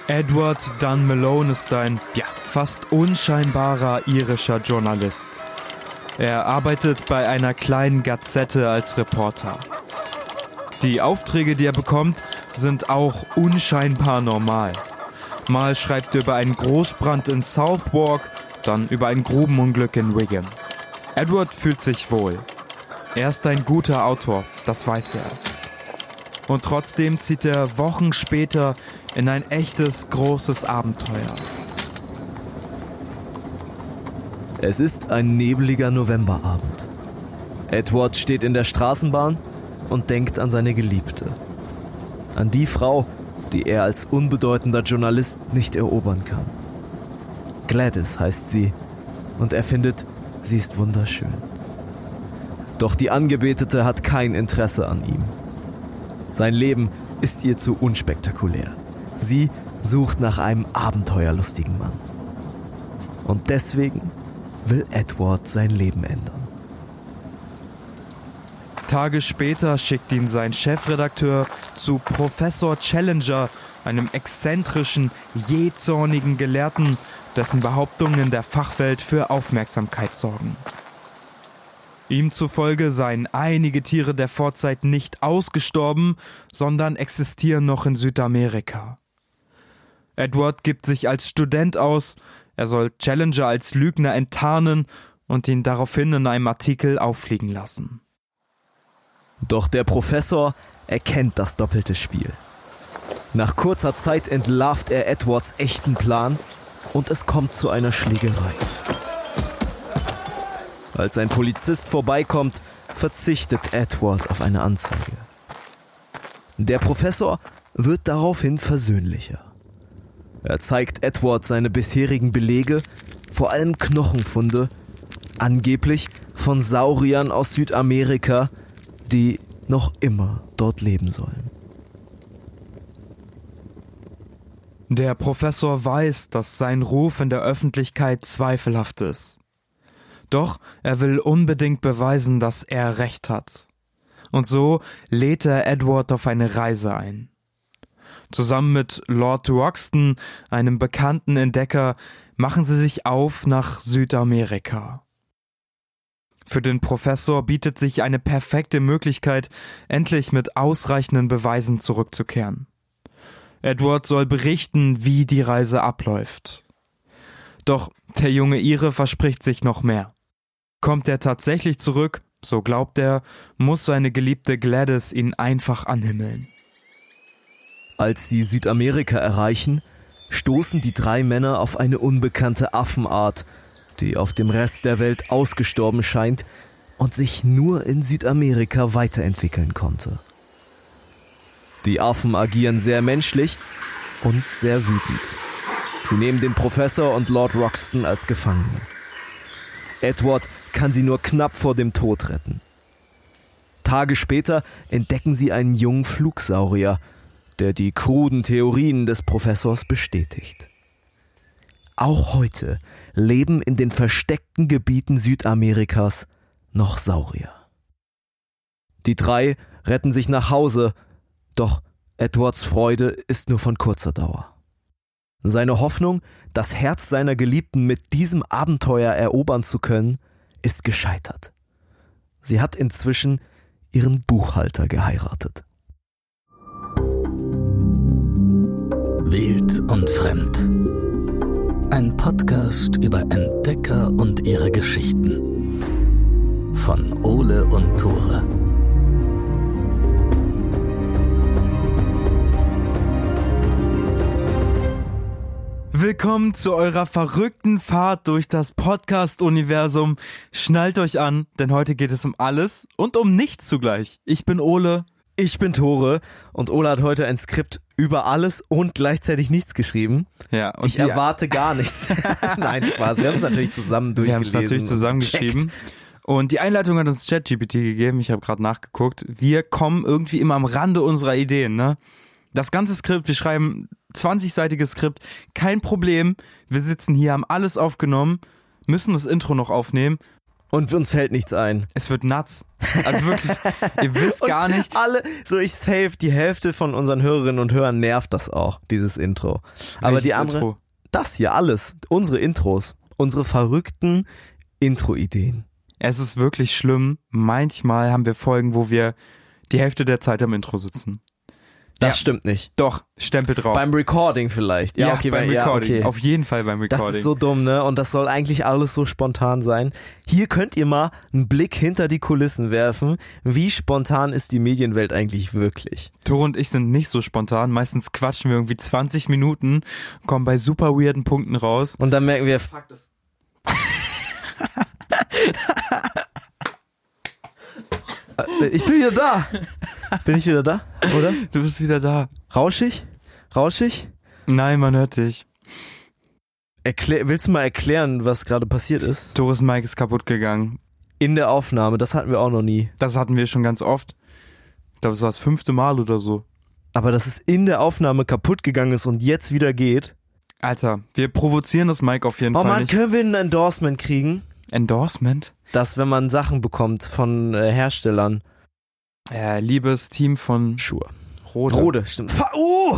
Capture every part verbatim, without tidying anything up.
Edward Dunn Malone ist ein, ja, fast unscheinbarer irischer Journalist. Er arbeitet bei einer kleinen Gazette als Reporter. Die Aufträge, die er bekommt, sind auch unscheinbar normal. Mal schreibt er über einen Großbrand in Southwark, dann über ein Grubenunglück in Wigan. Edward fühlt sich wohl. Er ist ein guter Autor, das weiß er. Und trotzdem zieht er Wochen später in ein echtes, großes Abenteuer. Es ist ein nebliger Novemberabend. Edward steht in der Straßenbahn und denkt an seine Geliebte. An die Frau, die er als unbedeutender Journalist nicht erobern kann. Gladys heißt sie und er findet, sie ist wunderschön. Doch die Angebetete hat kein Interesse an ihm. Sein Leben ist ihr zu unspektakulär. Sie sucht nach einem abenteuerlustigen Mann. Und deswegen will Edward sein Leben ändern. Tage später schickt ihn sein Chefredakteur zu Professor Challenger, einem exzentrischen, jähzornigen Gelehrten, dessen Behauptungen in der Fachwelt für Aufmerksamkeit sorgen. Ihm zufolge seien einige Tiere der Vorzeit nicht ausgestorben, sondern existieren noch in Südamerika. Edward gibt sich als Student aus, er soll Challenger als Lügner enttarnen und ihn daraufhin in einem Artikel auffliegen lassen. Doch der Professor erkennt das doppelte Spiel. Nach kurzer Zeit entlarvt er Edwards echten Plan und es kommt zu einer Schlägerei. Als ein Polizist vorbeikommt, verzichtet Edward auf eine Anzeige. Der Professor wird daraufhin versöhnlicher. Er zeigt Edward seine bisherigen Belege, vor allem Knochenfunde, angeblich von Sauriern aus Südamerika, die noch immer dort leben sollen. Der Professor weiß, dass sein Ruf in der Öffentlichkeit zweifelhaft ist. Doch er will unbedingt beweisen, dass er recht hat. Und so lädt er Edward auf eine Reise ein. Zusammen mit Lord Roxton, einem bekannten Entdecker, machen sie sich auf nach Südamerika. Für den Professor bietet sich eine perfekte Möglichkeit, endlich mit ausreichenden Beweisen zurückzukehren. Edward soll berichten, wie die Reise abläuft. Doch der junge Ire verspricht sich noch mehr. Kommt er tatsächlich zurück, so glaubt er, muss seine geliebte Gladys ihn einfach anhimmeln. Als sie Südamerika erreichen, stoßen die drei Männer auf eine unbekannte Affenart, die auf dem Rest der Welt ausgestorben scheint und sich nur in Südamerika weiterentwickeln konnte. Die Affen agieren sehr menschlich und sehr wütend. Sie nehmen den Professor und Lord Roxton als Gefangene. Edward kann sie nur knapp vor dem Tod retten. Tage später entdecken sie einen jungen Flugsaurier, der die kruden Theorien des Professors bestätigt. Auch heute leben in den versteckten Gebieten Südamerikas noch Saurier. Die drei retten sich nach Hause, doch Edwards Freude ist nur von kurzer Dauer. Seine Hoffnung, das Herz seiner Geliebten mit diesem Abenteuer erobern zu können, ist gescheitert. Sie hat inzwischen ihren Buchhalter geheiratet. Wild und Fremd. Ein Podcast über Entdecker und ihre Geschichten. Von Ole und Tore. Willkommen zu eurer verrückten Fahrt durch das Podcast-Universum. Schnallt euch an, denn heute geht es um alles und um nichts zugleich. Ich bin Ole. Ich bin Tore und Ole hat heute ein Skript über alles und gleichzeitig nichts geschrieben. Ja, und ich erwarte gar nichts. Nein, Spaß. Wir haben es natürlich zusammen durchgelesen. Wir haben es natürlich zusammengeschrieben. Und die Einleitung hat uns ChatGPT gegeben. Ich habe gerade nachgeguckt. Wir kommen irgendwie immer am Rande unserer Ideen, ne? Das ganze Skript, wir schreiben zwanzigseitiges Skript, kein Problem. Wir sitzen hier, haben alles aufgenommen, müssen das Intro noch aufnehmen. Und uns fällt nichts ein. Es wird nuts. Also wirklich, ihr wisst gar nicht. Alle, so ich safe, die Hälfte von unseren Hörerinnen und Hörern nervt das auch, dieses Intro. Aber die andere, Intro? das hier alles, unsere Intros, unsere verrückten Intro-Ideen. Es ist wirklich schlimm. Manchmal haben wir Folgen, wo wir die Hälfte der Zeit am Intro sitzen. Das ja. stimmt nicht. Doch, Stempel drauf. Beim Recording vielleicht. Ja, ja okay, beim weil, Recording. Ja, okay. Auf jeden Fall beim Recording. Das ist so dumm, ne? Und das soll eigentlich alles so spontan sein. Hier könnt ihr mal einen Blick hinter die Kulissen werfen. Wie spontan ist die Medienwelt eigentlich wirklich? Tore und ich sind nicht so spontan. Meistens quatschen wir irgendwie zwanzig Minuten, kommen bei super weirden Punkten raus. Und dann merken wir, fuck das. Ich bin wieder da. Bin ich wieder da, oder? Du bist wieder da. Rauschig? Rauschig? Nein, man hört dich. Erklär, willst du mal erklären, was gerade passiert ist? Tores Mic ist kaputt gegangen. In der Aufnahme, das hatten wir auch noch nie. Das hatten wir schon ganz oft. Ich glaube, das war das fünfte Mal oder so. Aber dass es in der Aufnahme kaputt gegangen ist und jetzt wieder geht. Alter, wir provozieren das Mic auf jeden Oh Fall Mann, nicht. können wir ein Endorsement kriegen? Endorsement? Dass, wenn man Sachen bekommt von äh, Herstellern. Äh, liebes Team von Schuhe. Rode. Rode, stimmt. Uh!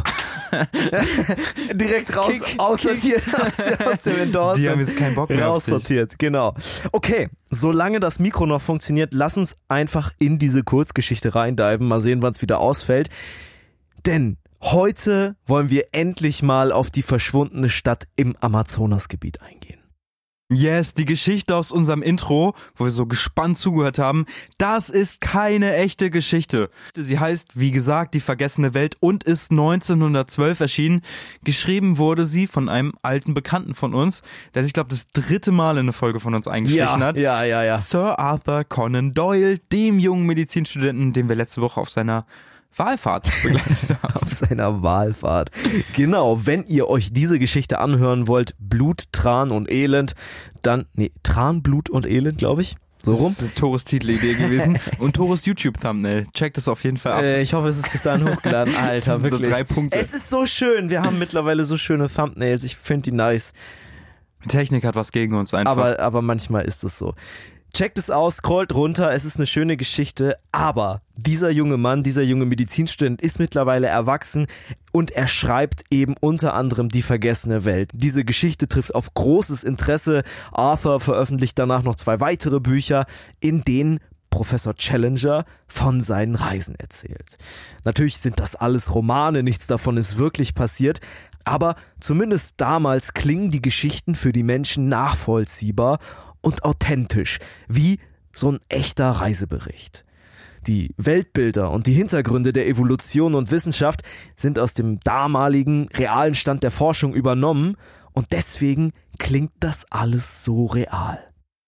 Direkt raus, Kick, aussortiert aus, der, aus dem Endorsement. Die haben jetzt keinen Bock mehr auf dich. Raussortiert, genau. Okay, solange das Mikro noch funktioniert, lass uns einfach in diese Kurzgeschichte reindiven. Mal sehen, wann es wieder ausfällt. Denn heute wollen wir endlich mal auf die verschwundene Stadt im Amazonasgebiet eingehen. Yes, die Geschichte aus unserem Intro, wo wir so gespannt zugehört haben, das ist keine echte Geschichte. Sie heißt, wie gesagt, Die vergessene Welt und ist neunzehnhundertzwölf erschienen. Geschrieben wurde sie von einem alten Bekannten von uns, der sich, glaube ich, das dritte Mal in eine Folge von uns eingeschlichen ja, hat. Ja, ja, ja. Sir Arthur Conan Doyle, dem jungen Medizinstudenten, den wir letzte Woche auf seiner Wahlfahrt begleitet haben. Auf seiner Wahlfahrt. Genau, wenn ihr euch diese Geschichte anhören wollt, Blut, Tran und Elend, dann, nee, Tran, Blut und Elend, glaube ich. So rum. Das ist Tores Titelidee gewesen. Und Tores YouTube-Thumbnail. Checkt es auf jeden Fall ab. Äh, ich hoffe, es ist bis dahin hochgeladen. Alter, wirklich. So drei Punkte. Es ist so schön. Wir haben mittlerweile so schöne Thumbnails. Ich finde die nice. Technik hat was gegen uns einfach. Aber, aber manchmal ist es so. Checkt es aus, scrollt runter, es ist eine schöne Geschichte, aber dieser junge Mann, dieser junge Medizinstudent ist mittlerweile erwachsen und er schreibt eben unter anderem Die vergessene Welt. Diese Geschichte trifft auf großes Interesse. Arthur veröffentlicht danach noch zwei weitere Bücher, in denen Professor Challenger von seinen Reisen erzählt. Natürlich sind das alles Romane, nichts davon ist wirklich passiert, aber zumindest damals klingen die Geschichten für die Menschen nachvollziehbar und authentisch, wie so ein echter Reisebericht. Die Weltbilder und die Hintergründe der Evolution und Wissenschaft sind aus dem damaligen realen Stand der Forschung übernommen und deswegen klingt das alles so real.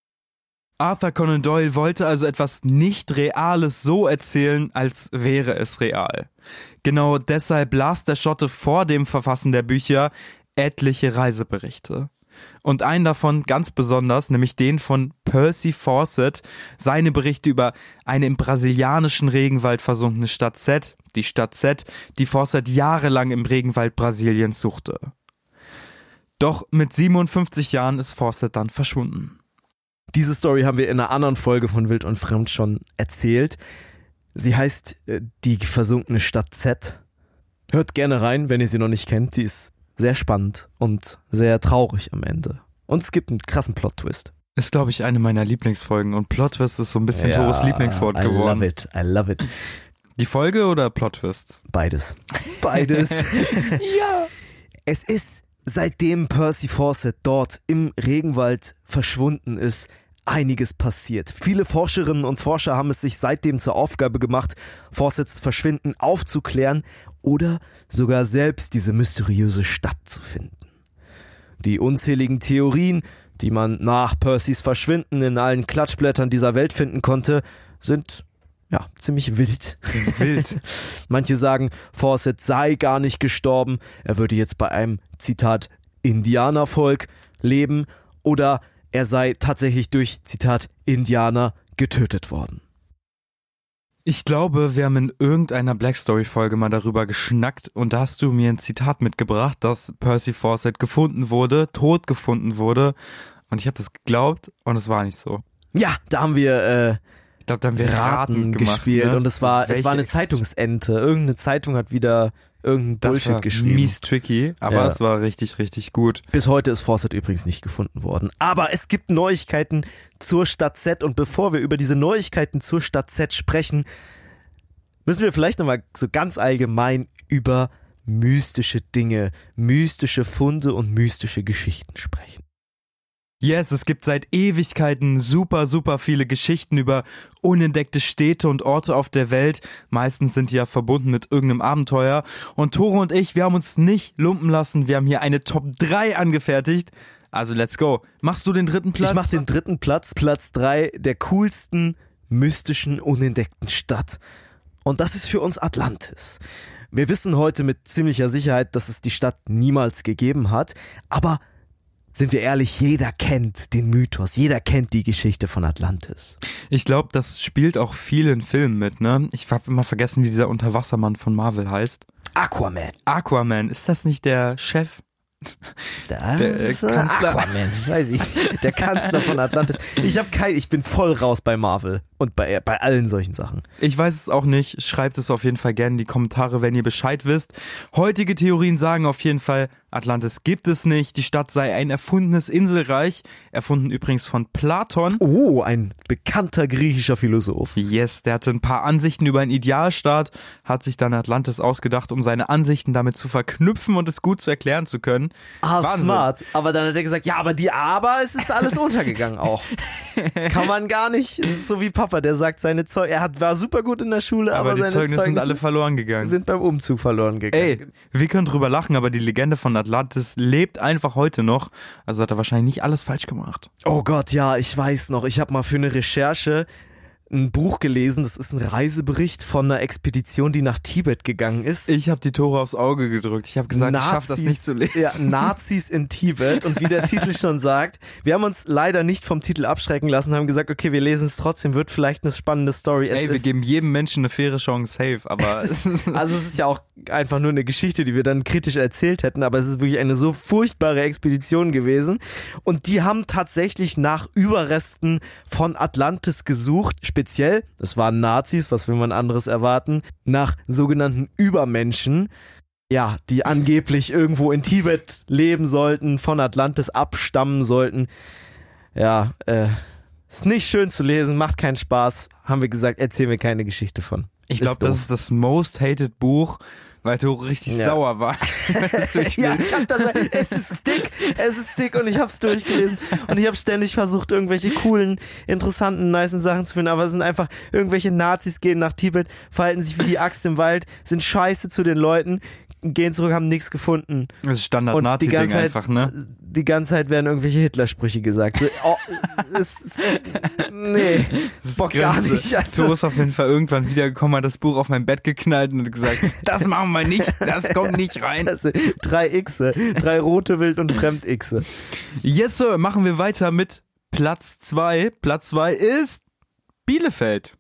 Arthur Conan Doyle wollte also etwas nicht Reales so erzählen, als wäre es real. Genau deshalb las der Schotte vor dem Verfassen der Bücher etliche Reiseberichte. Und einen davon ganz besonders, nämlich den von Percy Fawcett, seine Berichte über eine im brasilianischen Regenwald versunkene Stadt Set, die Stadt Set, die Fawcett jahrelang im Regenwald Brasiliens suchte. Doch mit siebenundfünfzig Jahren ist Fawcett dann verschwunden. Diese Story haben wir in einer anderen Folge von Wild und Fremd schon erzählt. Sie heißt äh, Die versunkene Stadt Z. Hört gerne rein, wenn ihr sie noch nicht kennt. Sie ist sehr spannend und sehr traurig am Ende. Und es gibt einen krassen Plot-Twist. Ist, glaube ich, eine meiner Lieblingsfolgen. Und Plot-Twist ist so ein bisschen ja, Tores Lieblingswort I geworden. I love it, I love it. Die Folge oder Plot-Twists? Beides. Beides. Ja. Es ist, seitdem Percy Fawcett dort im Regenwald verschwunden ist, einiges passiert. Viele Forscherinnen und Forscher haben es sich seitdem zur Aufgabe gemacht, Fawcetts Verschwinden aufzuklären oder sogar selbst diese mysteriöse Stadt zu finden. Die unzähligen Theorien, die man nach Percys Verschwinden in allen Klatschblättern dieser Welt finden konnte, sind ja ziemlich wild. Wild. Manche sagen, Fawcett sei gar nicht gestorben, er würde jetzt bei einem, Zitat, Indianervolk leben oder er sei tatsächlich durch, Zitat, Indianer getötet worden. Ich glaube, wir haben in irgendeiner Black Story Folge mal darüber geschnackt und da hast du mir ein Zitat mitgebracht, dass Percy Fawcett gefunden wurde, tot gefunden wurde und ich habe das geglaubt und es war nicht so. Ja, da haben wir äh, glaube, da haben wir Raten, Raten gemacht, gespielt ne? und es war, es Welche- war eine Zeitungsente. Irgendeine Zeitung hat wieder irgendein Das Bullshit war geschrieben. mies tricky, aber Ja. es war richtig, richtig gut. Bis heute ist Fawcett übrigens nicht gefunden worden. Aber es gibt Neuigkeiten zur Stadt Z und bevor wir über diese Neuigkeiten zur Stadt Z sprechen, müssen wir vielleicht nochmal so ganz allgemein über mystische Dinge, mystische Funde und mystische Geschichten sprechen. Yes, es gibt seit Ewigkeiten super, super viele Geschichten über unentdeckte Städte und Orte auf der Welt. Meistens sind die ja verbunden mit irgendeinem Abenteuer. Und Tore und ich, wir haben uns nicht lumpen lassen. Wir haben hier eine Top drei angefertigt. Also let's go. Machst du den dritten Platz? Ich mach den dritten Platz, Platz drei der coolsten, mystischen, unentdeckten Stadt. Und das ist für uns Atlantis. Wir wissen heute mit ziemlicher Sicherheit, dass es die Stadt niemals gegeben hat, aber sind wir ehrlich, jeder kennt den Mythos, jeder kennt die Geschichte von Atlantis. Ich glaube, das spielt auch viel in Filmen mit, ne? Ich habe immer vergessen, wie dieser Unterwassermann von Marvel heißt. Aquaman. Aquaman, ist das nicht der Chef? Das Der, äh, ist äh, Kanzler. Aquaman, ich weiß nicht. Der Kanzler von Atlantis. Ich habe kein, ich bin voll raus bei Marvel und bei, bei allen solchen Sachen. Ich weiß es auch nicht. Schreibt es auf jeden Fall gerne in die Kommentare, wenn ihr Bescheid wisst. Heutige Theorien sagen auf jeden Fall, Atlantis gibt es nicht. Die Stadt sei ein erfundenes Inselreich. Erfunden übrigens von Platon. Oh, ein bekannter griechischer Philosoph. Yes, der hatte ein paar Ansichten über einen Idealstaat, hat sich dann Atlantis ausgedacht, um seine Ansichten damit zu verknüpfen und es gut zu erklären zu können. Ah, Wahnsinn. smart. Aber dann hat er gesagt, ja, aber die, aber es ist alles untergegangen auch. Kann man gar nicht. Es ist so wie Papa, der sagt, seine Zeug, er hat, war super gut in der Schule, aber, Aber die seine Zeugnisse sind Zeugnisse alle verloren gegangen. sind beim Umzug verloren gegangen. Ey, wir können drüber lachen, aber die Legende von Atlantis lebt einfach heute noch. Also hat er wahrscheinlich nicht alles falsch gemacht. Oh Gott, ja, ich weiß noch. Ich habe mal für eine Recherche ein Buch gelesen. Das ist ein Reisebericht von einer Expedition, die nach Tibet gegangen ist. Ich habe die Tore aufs Auge gedrückt. Ich habe gesagt, ich schaffe das nicht zu lesen. Ja, Nazis in Tibet. Und wie der Titel schon sagt, wir haben uns leider nicht vom Titel abschrecken lassen, haben gesagt, okay, wir lesen es trotzdem, wird vielleicht eine spannende Story. Es Ey, wir ist, geben jedem Menschen eine faire Chance, safe. Aber es ist, also es ist ja auch einfach nur eine Geschichte, die wir dann kritisch erzählt hätten, aber es ist wirklich eine so furchtbare Expedition gewesen. Und die haben tatsächlich nach Überresten von Atlantis gesucht, speziell, das waren Nazis, was will man anderes erwarten, nach sogenannten Übermenschen, ja, die angeblich irgendwo in Tibet leben sollten, von Atlantis abstammen sollten. Ja, äh, ist nicht schön zu lesen, macht keinen Spaß, haben wir gesagt, erzählen wir keine Geschichte von. ich glaube, das ist das most hated Buch, weil du richtig Ja. sauer warst. Ja, ich hab das, es ist dick, es ist dick und ich hab's durchgelesen und ich habe ständig versucht, irgendwelche coolen, interessanten, nicen Sachen zu finden, aber es sind einfach irgendwelche Nazis gehen nach Tibet, verhalten sich wie die Axt im Wald, sind scheiße zu den Leuten, gehen zurück, haben nichts gefunden. Das ist Und die Standard-Nazi-Ding ganze Zeit, einfach, ne? die ganze Zeit werden irgendwelche Hitler-Sprüche gesagt. So, oh, es ist, nee, das Bock gar Grenze. nicht. So Also, ist auf jeden Fall irgendwann wiedergekommen, hat das Buch auf mein Bett geknallt und hat gesagt, das machen wir nicht, das kommt nicht rein. das sind drei Xe, drei rote Wild- und Fremd-Xe. Yes, Sir, machen wir weiter mit Platz zwei. Platz zwei ist Bielefeld.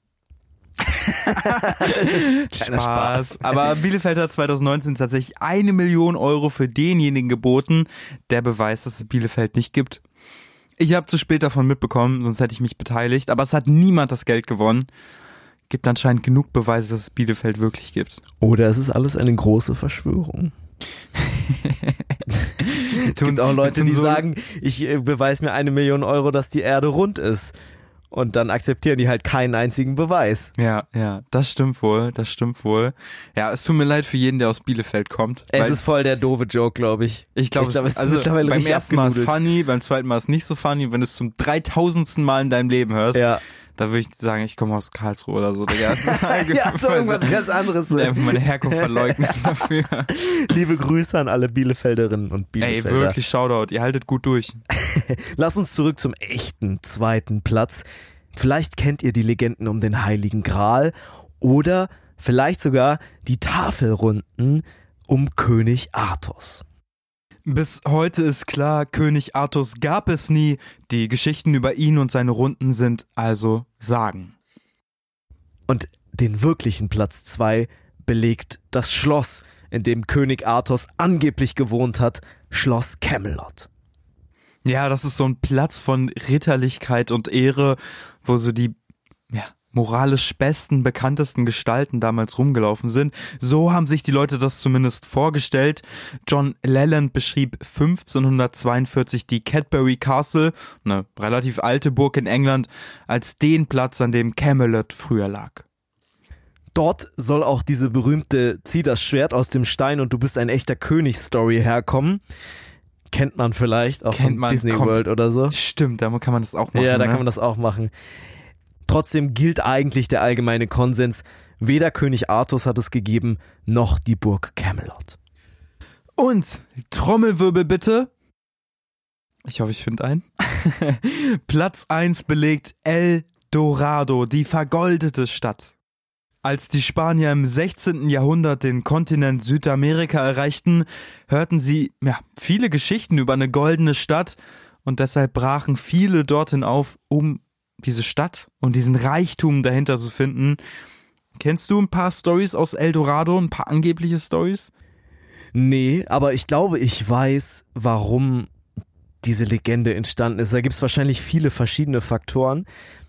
Kleiner Spaß. Aber Bielefeld hat zwanzig neunzehn tatsächlich eine Million Euro für denjenigen geboten, der beweist, dass es Bielefeld nicht gibt. Ich habe zu spät davon mitbekommen, sonst hätte ich mich beteiligt, aber es hat niemand das Geld gewonnen. Gibt anscheinend genug Beweise, dass es Bielefeld wirklich gibt. Oder es ist alles eine große Verschwörung. Es gibt auch Leute, die so sagen, ich äh, beweise mir eine Million Euro, dass die Erde rund ist. Und dann akzeptieren die halt keinen einzigen Beweis. Ja, ja, das stimmt wohl, das stimmt wohl. Ja, es tut mir leid für jeden, der aus Bielefeld kommt. Es weil ist voll der doofe Joke, glaube ich. ich glaube, ich glaub, es ist also mittlerweile beim richtig ersten Mal ist abgenudelt. funny, beim zweiten Mal ist nicht so funny. Wenn du es zum dreitausendsten Mal in deinem Leben hörst, Ja, da würde ich sagen, ich komme aus Karlsruhe oder so. Digga. ja so irgendwas ganz anderes. Einfach meine Herkunft verleugnen dafür. Liebe Grüße an alle Bielefelderinnen und Ey, Bielefelder. wirklich Shoutout, ihr haltet gut durch. Lass uns zurück zum echten zweiten Platz. Vielleicht kennt ihr die Legenden um den Heiligen Gral oder vielleicht sogar die Tafelrunden um König Artus. Bis heute ist klar, König Artus gab es nie. Die Geschichten über ihn und seine Runden sind also Sagen. Und den wirklichen Platz zwei belegt das Schloss, in dem König Artus angeblich gewohnt hat, Schloss Camelot. Ja, das ist so ein Platz von Ritterlichkeit und Ehre, wo so die ja, moralisch besten, bekanntesten Gestalten damals rumgelaufen sind. So haben sich die Leute das zumindest vorgestellt. John Leland beschrieb fünfzehnhundertzweiundvierzig die Cadbury Castle, eine relativ alte Burg in England, als den Platz, an dem Camelot früher lag. Dort soll auch diese berühmte Zieh das Schwert aus dem Stein und du bist ein echter König-Story herkommen. Kennt man vielleicht auch Kennt von man, Disney kommt, World oder so. Stimmt, da kann man das auch machen. Ja, da ne? kann man das auch machen. Trotzdem gilt eigentlich der allgemeine Konsens, weder König Artus hat es gegeben, noch die Burg Camelot. Und, Trommelwirbel bitte. Ich hoffe, ich finde einen. Platz eins belegt El Dorado, die vergoldete Stadt. Als die Spanier im sechzehnten Jahrhundert den Kontinent Südamerika erreichten, hörten sie ja, viele Geschichten über eine goldene Stadt und deshalb brachen viele dorthin auf, um diese Stadt und diesen Reichtum dahinter zu finden. Kennst du ein paar Storys aus El Dorado, ein paar angebliche Storys? Nee, aber ich glaube, ich weiß, warum diese Legende entstanden ist. Da gibt's wahrscheinlich viele verschiedene Faktoren,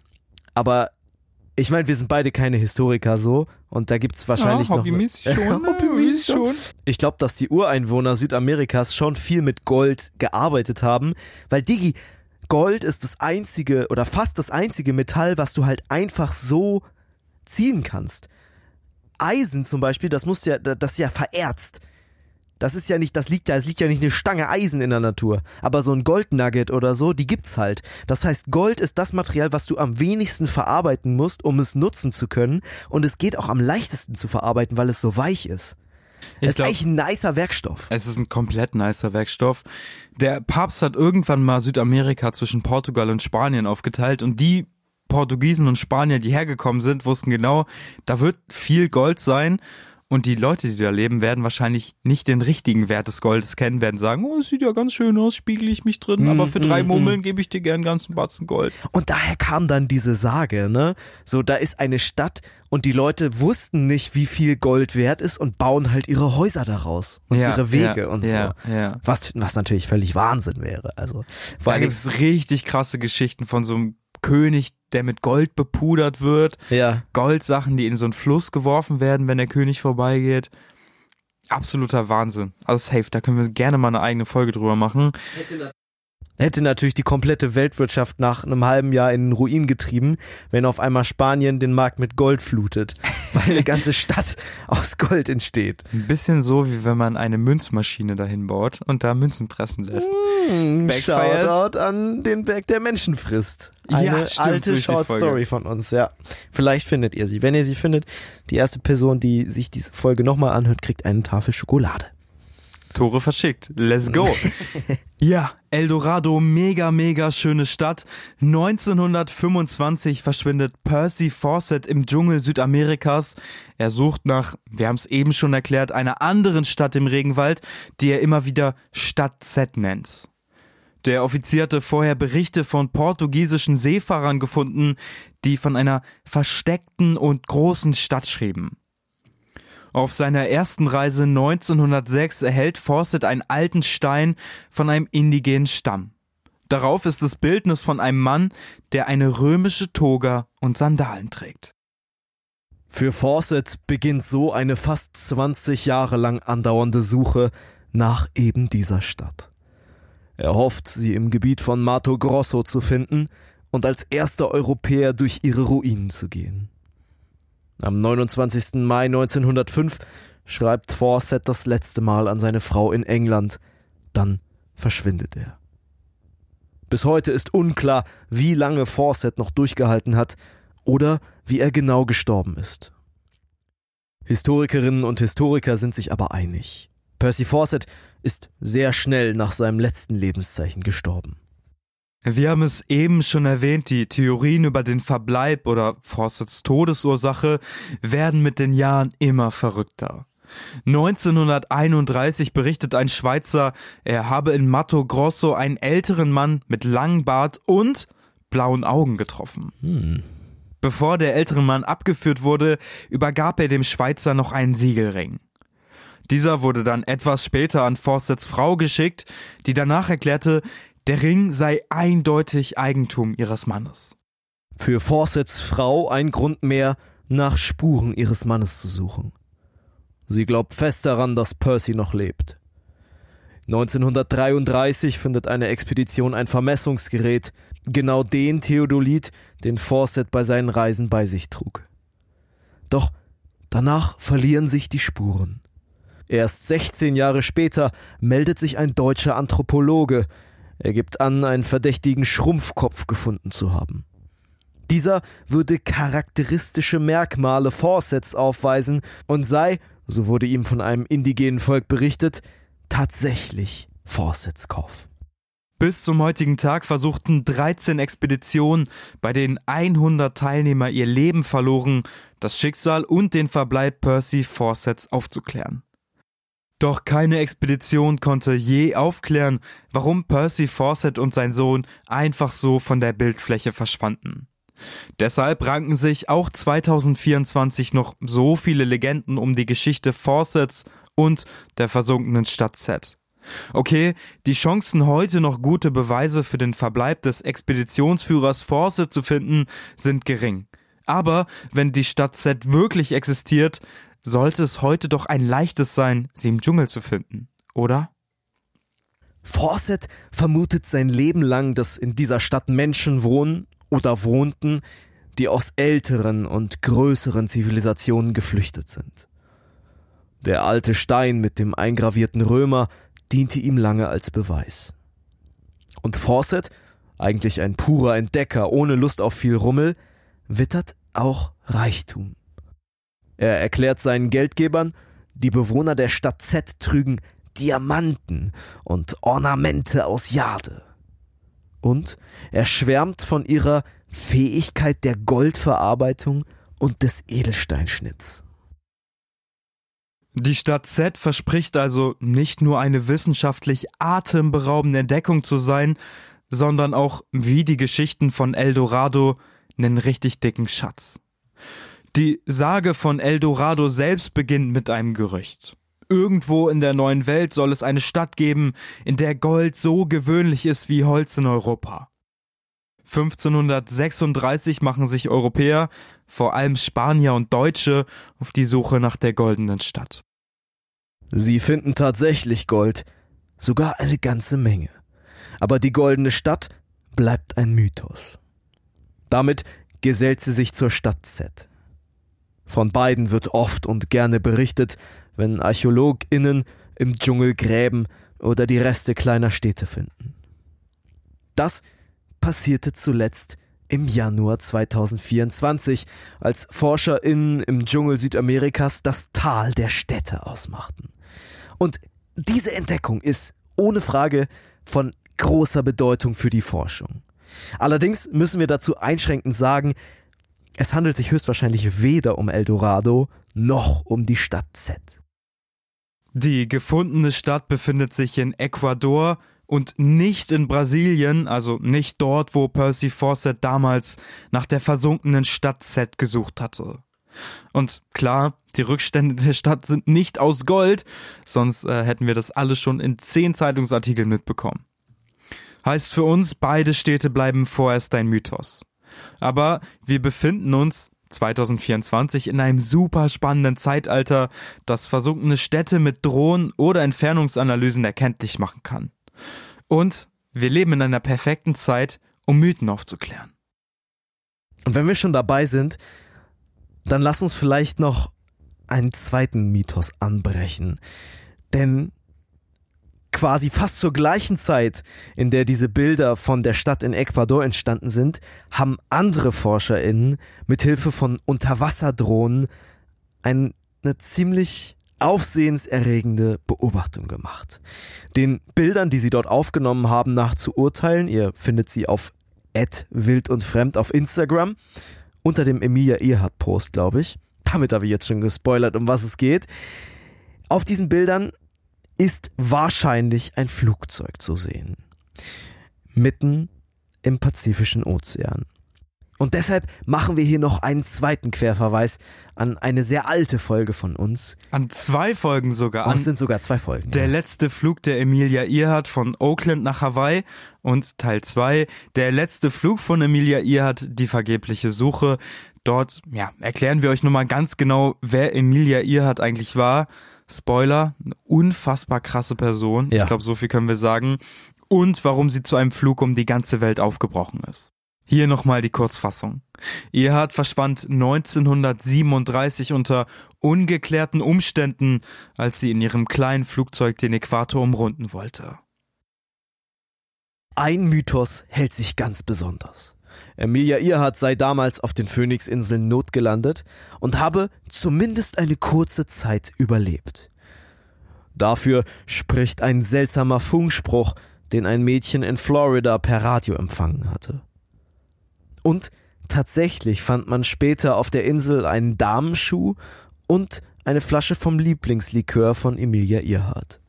aber ich meine, wir sind beide keine Historiker so und da gibt's wahrscheinlich ja, noch... hobbymäßig schon, hobbymäßig schon. Ich glaube, dass die Ureinwohner Südamerikas schon viel mit Gold gearbeitet haben, weil Digi, Gold ist das einzige oder fast das einzige Metall, was du halt einfach so ziehen kannst. Eisen zum Beispiel, das musst du ja, das ist ja vererzt. Das ist ja nicht, das liegt ja, es liegt ja nicht eine Stange Eisen in der Natur. Aber so ein Goldnugget oder so, die gibt's halt. Das heißt, Gold ist das Material, was du am wenigsten verarbeiten musst, um es nutzen zu können. Und es geht auch am leichtesten zu verarbeiten, weil es so weich ist. Es ist eigentlich ein nicer Werkstoff. Es ist ein komplett nicer Werkstoff. Der Papst hat irgendwann mal Südamerika zwischen Portugal und Spanien aufgeteilt und die Portugiesen und Spanier, die hergekommen sind, wussten genau, da wird viel Gold sein und die Leute, die da leben, werden wahrscheinlich nicht den richtigen Wert des Goldes kennen, werden sagen, oh, es sieht ja ganz schön aus, spiegel ich mich drin, aber für drei Murmeln gebe ich dir gern einen ganzen Batzen Gold. Und daher kam dann diese Sage, ne? So, da ist eine Stadt und die Leute wussten nicht, wie viel Gold wert ist und bauen halt ihre Häuser daraus und ja, ihre Wege ja, und ja, so. Ja. Was, was natürlich völlig Wahnsinn wäre. Also, da gibt es richtig krasse Geschichten von so einem König, der mit Gold bepudert wird. Ja. Goldsachen, die in so einen Fluss geworfen werden, wenn der König vorbeigeht. Absoluter Wahnsinn. Also safe, da können wir gerne mal eine eigene Folge drüber machen. Hätte natürlich die komplette Weltwirtschaft nach einem halben Jahr in den Ruin getrieben, wenn auf einmal Spanien den Markt mit Gold flutet, weil eine ganze Stadt aus Gold entsteht. Ein bisschen so, wie wenn man eine Münzmaschine dahin baut und da Münzen pressen lässt. Mmh, Shoutout an den Berg, der Menschen frisst. Eine ja, stimmt, alte so Short Story von uns, ja. Vielleicht findet ihr sie. Wenn ihr sie findet, die erste Person, die sich diese Folge nochmal anhört, kriegt eine Tafel Schokolade. Tore verschickt. Let's go. Ja, El Dorado, mega, mega schöne Stadt. neunzehnhundertfünfundzwanzig verschwindet Percy Fawcett im Dschungel Südamerikas. Er sucht nach, wir haben es eben schon erklärt, einer anderen Stadt im Regenwald, die er immer wieder Stadt Z nennt. Der Offizier hatte vorher Berichte von portugiesischen Seefahrern gefunden, die von einer versteckten und großen Stadt schrieben. Auf seiner ersten Reise neunzehnhundertsechs erhält Fawcett einen alten Stein von einem indigenen Stamm. Darauf ist das Bildnis von einem Mann, der eine römische Toga und Sandalen trägt. Für Fawcett beginnt so eine fast zwanzig Jahre lang andauernde Suche nach eben dieser Stadt. Er hofft, sie im Gebiet von Mato Grosso zu finden und als erster Europäer durch ihre Ruinen zu gehen. Am neunundzwanzigsten Mai neunzehnhundertfünf schreibt Fawcett das letzte Mal an seine Frau in England. Dann verschwindet er. Bis heute ist unklar, wie lange Fawcett noch durchgehalten hat oder wie er genau gestorben ist. Historikerinnen und Historiker sind sich aber einig. Percy Fawcett ist sehr schnell nach seinem letzten Lebenszeichen gestorben. Wir haben es eben schon erwähnt, die Theorien über den Verbleib oder Fawcetts Todesursache werden mit den Jahren immer verrückter. neunzehnhunderteinunddreißig berichtet ein Schweizer, er habe in Mato Grosso einen älteren Mann mit langem Bart und blauen Augen getroffen. Hm. Bevor der ältere Mann abgeführt wurde, übergab er dem Schweizer noch einen Siegelring. Dieser wurde dann etwas später an Fawcetts Frau geschickt, die danach erklärte, der Ring sei eindeutig Eigentum ihres Mannes. Für Fawcetts Frau ein Grund mehr, nach Spuren ihres Mannes zu suchen. Sie glaubt fest daran, dass Percy noch lebt. neunzehnhundertdreiunddreißig findet eine Expedition ein Vermessungsgerät, genau den Theodolit, den Fawcett bei seinen Reisen bei sich trug. Doch danach verlieren sich die Spuren. Erst sechzehn Jahre später meldet sich ein deutscher Anthropologe. Er gibt an, einen verdächtigen Schrumpfkopf gefunden zu haben. Dieser würde charakteristische Merkmale Fawcetts aufweisen und sei, so wurde ihm von einem indigenen Volk berichtet, tatsächlich Fawcetts Kopf. Bis zum heutigen Tag versuchten dreizehn Expeditionen, bei denen hundert Teilnehmer ihr Leben verloren, das Schicksal und den Verbleib Percy Fawcetts aufzuklären. Doch keine Expedition konnte je aufklären, warum Percy Fawcett und sein Sohn einfach so von der Bildfläche verschwanden. Deshalb ranken sich auch zweitausendvierundzwanzig noch so viele Legenden um die Geschichte Fawcetts und der versunkenen Stadt Z. Okay, die Chancen, heute noch gute Beweise für den Verbleib des Expeditionsführers Fawcett zu finden, sind gering. Aber wenn die Stadt Z wirklich existiert, sollte es heute doch ein leichtes sein, sie im Dschungel zu finden, oder? Fawcett vermutet sein Leben lang, dass in dieser Stadt Menschen wohnen oder wohnten, die aus älteren und größeren Zivilisationen geflüchtet sind. Der alte Stein mit dem eingravierten Römer diente ihm lange als Beweis. Und Fawcett, eigentlich ein purer Entdecker ohne Lust auf viel Rummel, wittert auch Reichtum. Er erklärt seinen Geldgebern, die Bewohner der Stadt Z trügen Diamanten und Ornamente aus Jade. Und er schwärmt von ihrer Fähigkeit der Goldverarbeitung und des Edelsteinschnitts. Die Stadt Z verspricht also nicht nur eine wissenschaftlich atemberaubende Entdeckung zu sein, sondern auch, wie die Geschichten von El Dorado, einen richtig dicken Schatz. Die Sage von El Dorado selbst beginnt mit einem Gerücht. Irgendwo in der neuen Welt soll es eine Stadt geben, in der Gold so gewöhnlich ist wie Holz in Europa. fünfzehnhundertsechsunddreißig machen sich Europäer, vor allem Spanier und Deutsche, auf die Suche nach der goldenen Stadt. Sie finden tatsächlich Gold, sogar eine ganze Menge. Aber die goldene Stadt bleibt ein Mythos. Damit gesellt sie sich zur Stadt Z. Von beiden wird oft und gerne berichtet, wenn ArchäologInnen im Dschungel gräben oder die Reste kleiner Städte finden. Das passierte zuletzt im Januar zweitausendvierundzwanzig, als ForscherInnen im Dschungel Südamerikas das Tal der Städte ausmachten. Und diese Entdeckung ist ohne Frage von großer Bedeutung für die Forschung. Allerdings müssen wir dazu einschränkend sagen, es handelt sich höchstwahrscheinlich weder um El Dorado noch um die Stadt Z. Die gefundene Stadt befindet sich in Ecuador und nicht in Brasilien, also nicht dort, wo Percy Fawcett damals nach der versunkenen Stadt Z gesucht hatte. Und klar, die Rückstände der Stadt sind nicht aus Gold, sonst äh, hätten wir das alles schon in zehn Zeitungsartikeln mitbekommen. Heißt für uns, beide Städte bleiben vorerst ein Mythos. Aber wir befinden uns zweitausendvierundzwanzig in einem super spannenden Zeitalter, das versunkene Städte mit Drohnen oder Entfernungsanalysen erkenntlich machen kann. Und wir leben in einer perfekten Zeit, um Mythen aufzuklären. Und wenn wir schon dabei sind, dann lass uns vielleicht noch einen zweiten Mythos anbrechen. Denn quasi fast zur gleichen Zeit, in der diese Bilder von der Stadt in Ecuador entstanden sind, haben andere ForscherInnen mit Hilfe von Unterwasserdrohnen eine ziemlich aufsehenserregende Beobachtung gemacht. Den Bildern, die sie dort aufgenommen haben, nach zu urteilen, ihr findet sie auf at wild und fremd auf Instagram, unter dem Emilia Earhart Post, glaube ich. Damit habe ich jetzt schon gespoilert, um was es geht. Auf diesen Bildern ist wahrscheinlich ein Flugzeug zu sehen. Mitten im Pazifischen Ozean. Und deshalb machen wir hier noch einen zweiten Querverweis an eine sehr alte Folge von uns. An zwei Folgen sogar. Oh, es sind sogar zwei Folgen. Der ja. letzte Flug der Emilia Earhart von Oakland nach Hawaii und Teil zwei, der letzte Flug von Emilia Earhart, die vergebliche Suche. Dort, ja, erklären wir euch nochmal ganz genau, wer Emilia Earhart eigentlich war. Spoiler, eine unfassbar krasse Person. Ja. Ich glaube, so viel können wir sagen. Und warum sie zu einem Flug um die ganze Welt aufgebrochen ist. Hier nochmal die Kurzfassung. Earhart verschwand neunzehnhundertsiebenunddreißig unter ungeklärten Umständen, als sie in ihrem kleinen Flugzeug den Äquator umrunden wollte. Ein Mythos hält sich ganz besonders. Emilia Earhart sei damals auf den Phoenix-Inseln notgelandet und habe zumindest eine kurze Zeit überlebt. Dafür spricht ein seltsamer Funkspruch, den ein Mädchen in Florida per Radio empfangen hatte. Und tatsächlich fand man später auf der Insel einen Damenschuh und eine Flasche vom Lieblingslikör von Emilia Earhart.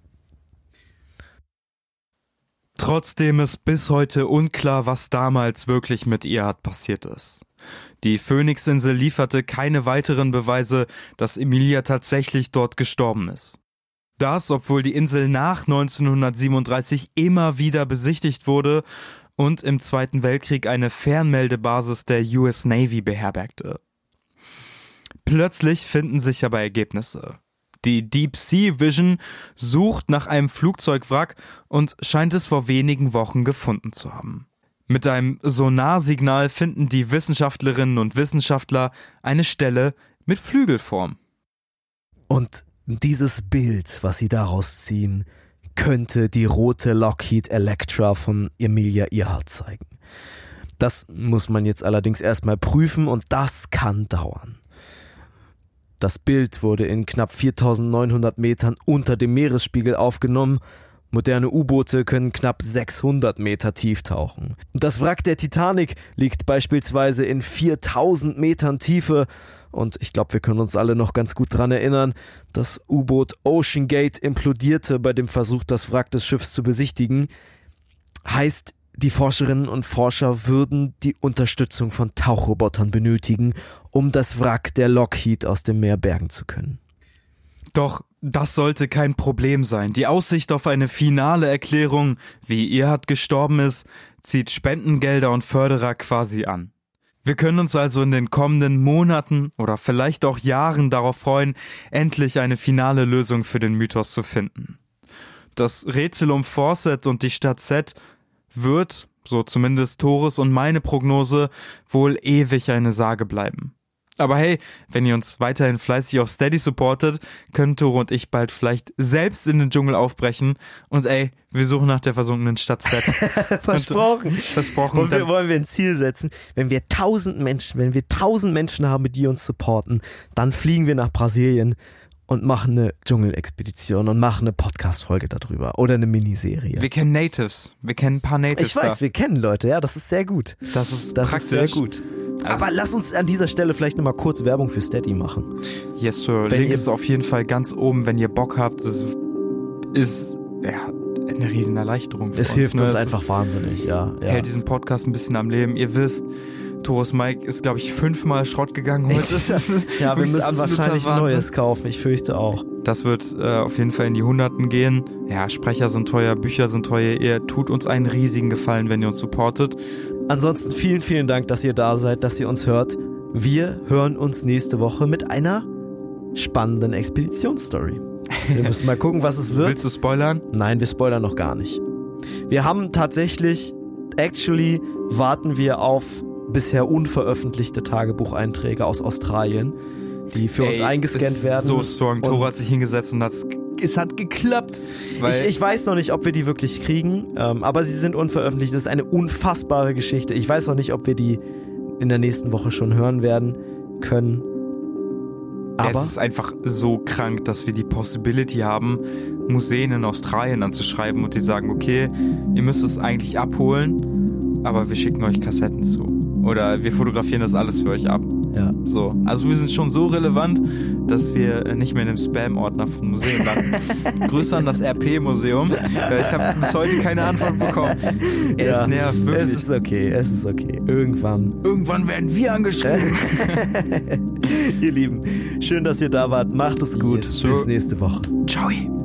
Trotzdem ist bis heute unklar, was damals wirklich mit Earhart passiert ist. Die Phoenix-Insel lieferte keine weiteren Beweise, dass Emilia tatsächlich dort gestorben ist. Das, obwohl die Insel nach neunzehnhundertsiebenunddreißig immer wieder besichtigt wurde und im Zweiten Weltkrieg eine Fernmeldebasis der U S Navy beherbergte. Plötzlich finden sich aber Ergebnisse. Die Deep Sea Vision sucht nach einem Flugzeugwrack und scheint es vor wenigen Wochen gefunden zu haben. Mit einem Sonarsignal finden die Wissenschaftlerinnen und Wissenschaftler eine Stelle mit Flügelform. Und dieses Bild, was sie daraus ziehen, könnte die rote Lockheed Electra von Emilia Earhart zeigen. Das muss man jetzt allerdings erstmal prüfen und das kann dauern. Das Bild wurde in knapp viertausendneunhundert Metern unter dem Meeresspiegel aufgenommen. Moderne U-Boote können knapp sechshundert Meter tief tauchen. Das Wrack der Titanic liegt beispielsweise in viertausend Metern Tiefe. Und ich glaube, wir können uns alle noch ganz gut dran erinnern, das U-Boot Ocean Gate implodierte bei dem Versuch, das Wrack des Schiffs zu besichtigen. Heißt, die Forscherinnen und Forscher würden die Unterstützung von Tauchrobotern benötigen, um das Wrack der Lockheed aus dem Meer bergen zu können. Doch das sollte kein Problem sein. Die Aussicht auf eine finale Erklärung, wie Earhart gestorben ist, zieht Spendengelder und Förderer quasi an. Wir können uns also in den kommenden Monaten oder vielleicht auch Jahren darauf freuen, endlich eine finale Lösung für den Mythos zu finden. Das Rätsel um Fawcett und die Stadt Set wird, so zumindest Tores und meine Prognose, wohl ewig eine Sage bleiben. Aber hey, wenn ihr uns weiterhin fleißig auf Steady supportet, können Tore und ich bald vielleicht selbst in den Dschungel aufbrechen und ey, wir suchen nach der versunkenen Stadt Set. Versprochen. Und, versprochen. Wollen wir, wollen wir ein Ziel setzen? Wenn wir tausend Menschen, wenn wir tausend Menschen haben, die uns supporten, dann fliegen wir nach Brasilien und machen eine Dschungelexpedition und machen eine Podcast-Folge darüber oder eine Miniserie. Wir kennen Natives. Wir kennen ein paar Natives. Ich weiß, da. wir kennen Leute, ja, das ist sehr gut. Das ist das praktisch. ist sehr gut. Also, aber lass uns an dieser Stelle vielleicht nochmal kurz Werbung für Steady machen. Yes, Sir. Wenn Link ihr, ist auf jeden Fall ganz oben, wenn ihr Bock habt. Es ist ja eine riesen Erleichterung für es uns. Hilft ne? uns es einfach wahnsinnig, ja, ja. Hält diesen Podcast ein bisschen am Leben. Ihr wisst, Toros Mike ist, glaube ich, fünfmal Schrott gegangen heute. Ja, wir müssen wahrscheinlich Wahnsinn. Neues kaufen. Ich fürchte auch. Das wird äh, auf jeden Fall in die Hunderten gehen. Ja, Sprecher sind teuer, Bücher sind teuer. Ihr tut uns einen riesigen Gefallen, wenn ihr uns supportet. Ansonsten vielen, vielen Dank, dass ihr da seid, dass ihr uns hört. Wir hören uns nächste Woche mit einer spannenden Expeditionsstory. Wir müssen mal gucken, was es wird. Willst du spoilern? Nein, wir spoilern noch gar nicht. Wir haben tatsächlich, actually, warten wir auf bisher unveröffentlichte Tagebucheinträge aus Australien, die für Ey, uns eingescannt ist werden. So strong. Toro hat sich hingesetzt und hat's, es hat geklappt. Weil ich, ich weiß noch nicht, ob wir die wirklich kriegen, ähm, aber sie sind unveröffentlicht. Das ist eine unfassbare Geschichte. Ich weiß noch nicht, ob wir die in der nächsten Woche schon hören werden können. Aber es ist einfach so krank, dass wir die Possibility haben, Museen in Australien anzuschreiben und die sagen, okay, ihr müsst es eigentlich abholen, aber wir schicken euch Kassetten zu. Oder wir fotografieren das alles für euch ab. Ja. So, also wir sind schon so relevant, dass wir nicht mehr in dem Spam-Ordner vom Museum landen. Grüße an das R P-Museum. Ich habe bis heute keine Antwort bekommen. Es ja, nervt wirklich. Es ist okay, es ist okay. Irgendwann. Irgendwann werden wir angeschrieben. Ihr Lieben, schön, dass ihr da wart. Macht es gut. Yes, sir. Bis nächste Woche. Ciao.